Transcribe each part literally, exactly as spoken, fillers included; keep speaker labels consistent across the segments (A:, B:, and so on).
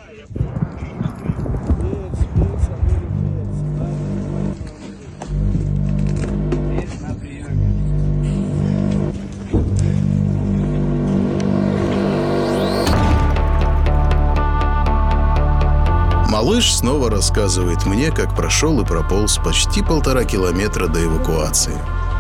A: Малыш снова рассказывает мне, как прошел и прополз почти полтора километра до эвакуации.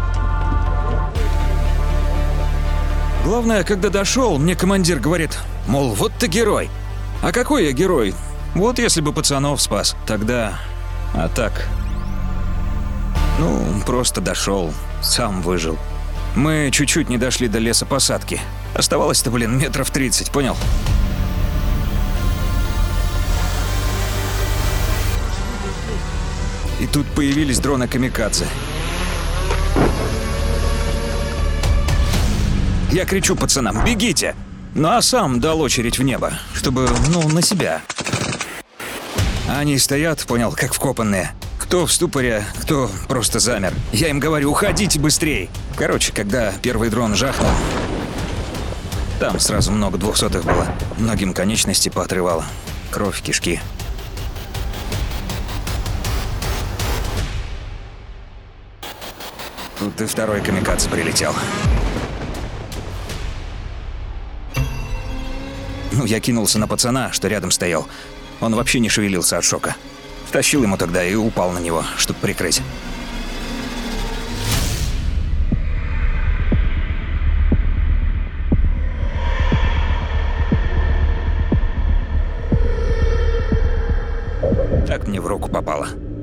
B: Главное, когда дошел, мне командир говорит, мол, вот ты герой. А какой я герой? Вот если бы пацанов спас, тогда... А так... Ну, просто дошел, сам выжил. Мы чуть-чуть не дошли до лесопосадки. Оставалось-то, блин, метров тридцать, понял? И тут появились дроны камикадзе. Я кричу пацанам, бегите! Ну а сам дал очередь в небо, чтобы, ну, на себя. Они стоят, понял, как вкопанные. Кто в ступоре, кто просто замер. Я им говорю, уходите быстрей. Короче, когда первый дрон жахнул, там сразу много двухсотых было. Многим конечности поотрывало. Кровь, кишки. Тут и второй камикадзе прилетел. Ну, я кинулся на пацана, что рядом стоял. Он вообще не шевелился от шока. Втащил ему тогда и упал на него, чтобы прикрыть. Так мне в руку попало.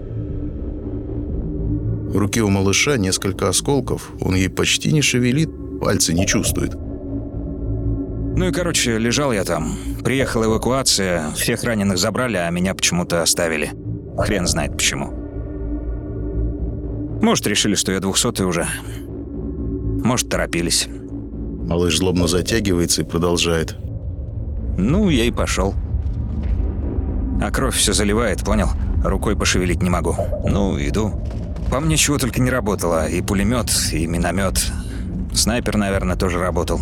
A: В руке у малыша несколько осколков, он ей почти не шевелит, пальцы не чувствует.
B: Ну и, короче, лежал я там. Приехала эвакуация, всех раненых забрали, а меня почему-то оставили. Хрен знает почему. Может, решили, что я двухсотый уже. Может, торопились.
A: Малыш злобно затягивается и продолжает.
B: Ну, я и пошел. А кровь все заливает, понял? Рукой пошевелить не могу. Ну, иду. По мне чего только не работало. И пулемет, и миномет. Снайпер, наверное, тоже работал.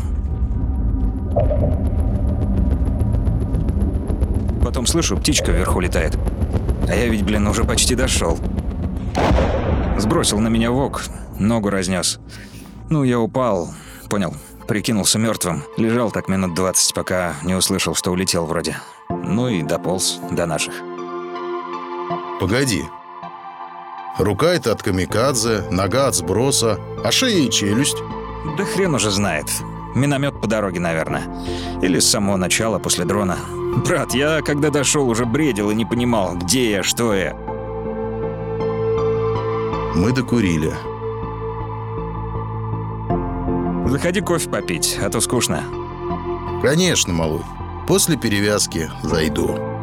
B: Потом слышу, птичка вверху летает. А я ведь, блин, уже почти дошел. Сбросил на меня вок, ногу разнес. Ну, я упал, понял, прикинулся мертвым. Лежал так минут двадцать, пока не услышал, что улетел вроде. Ну и дополз до наших.
A: Погоди. Рука это от камикадзе, нога от сброса, а шея и челюсть?
B: Да хрен уже знает. Миномет по дороге, наверное. Или с самого начала, после дрона. Брат, я когда дошел, уже бредил и не понимал, где я, что я.
A: Мы докурили.
B: Заходи кофе попить, а то скучно.
A: Конечно, малой. После перевязки зайду.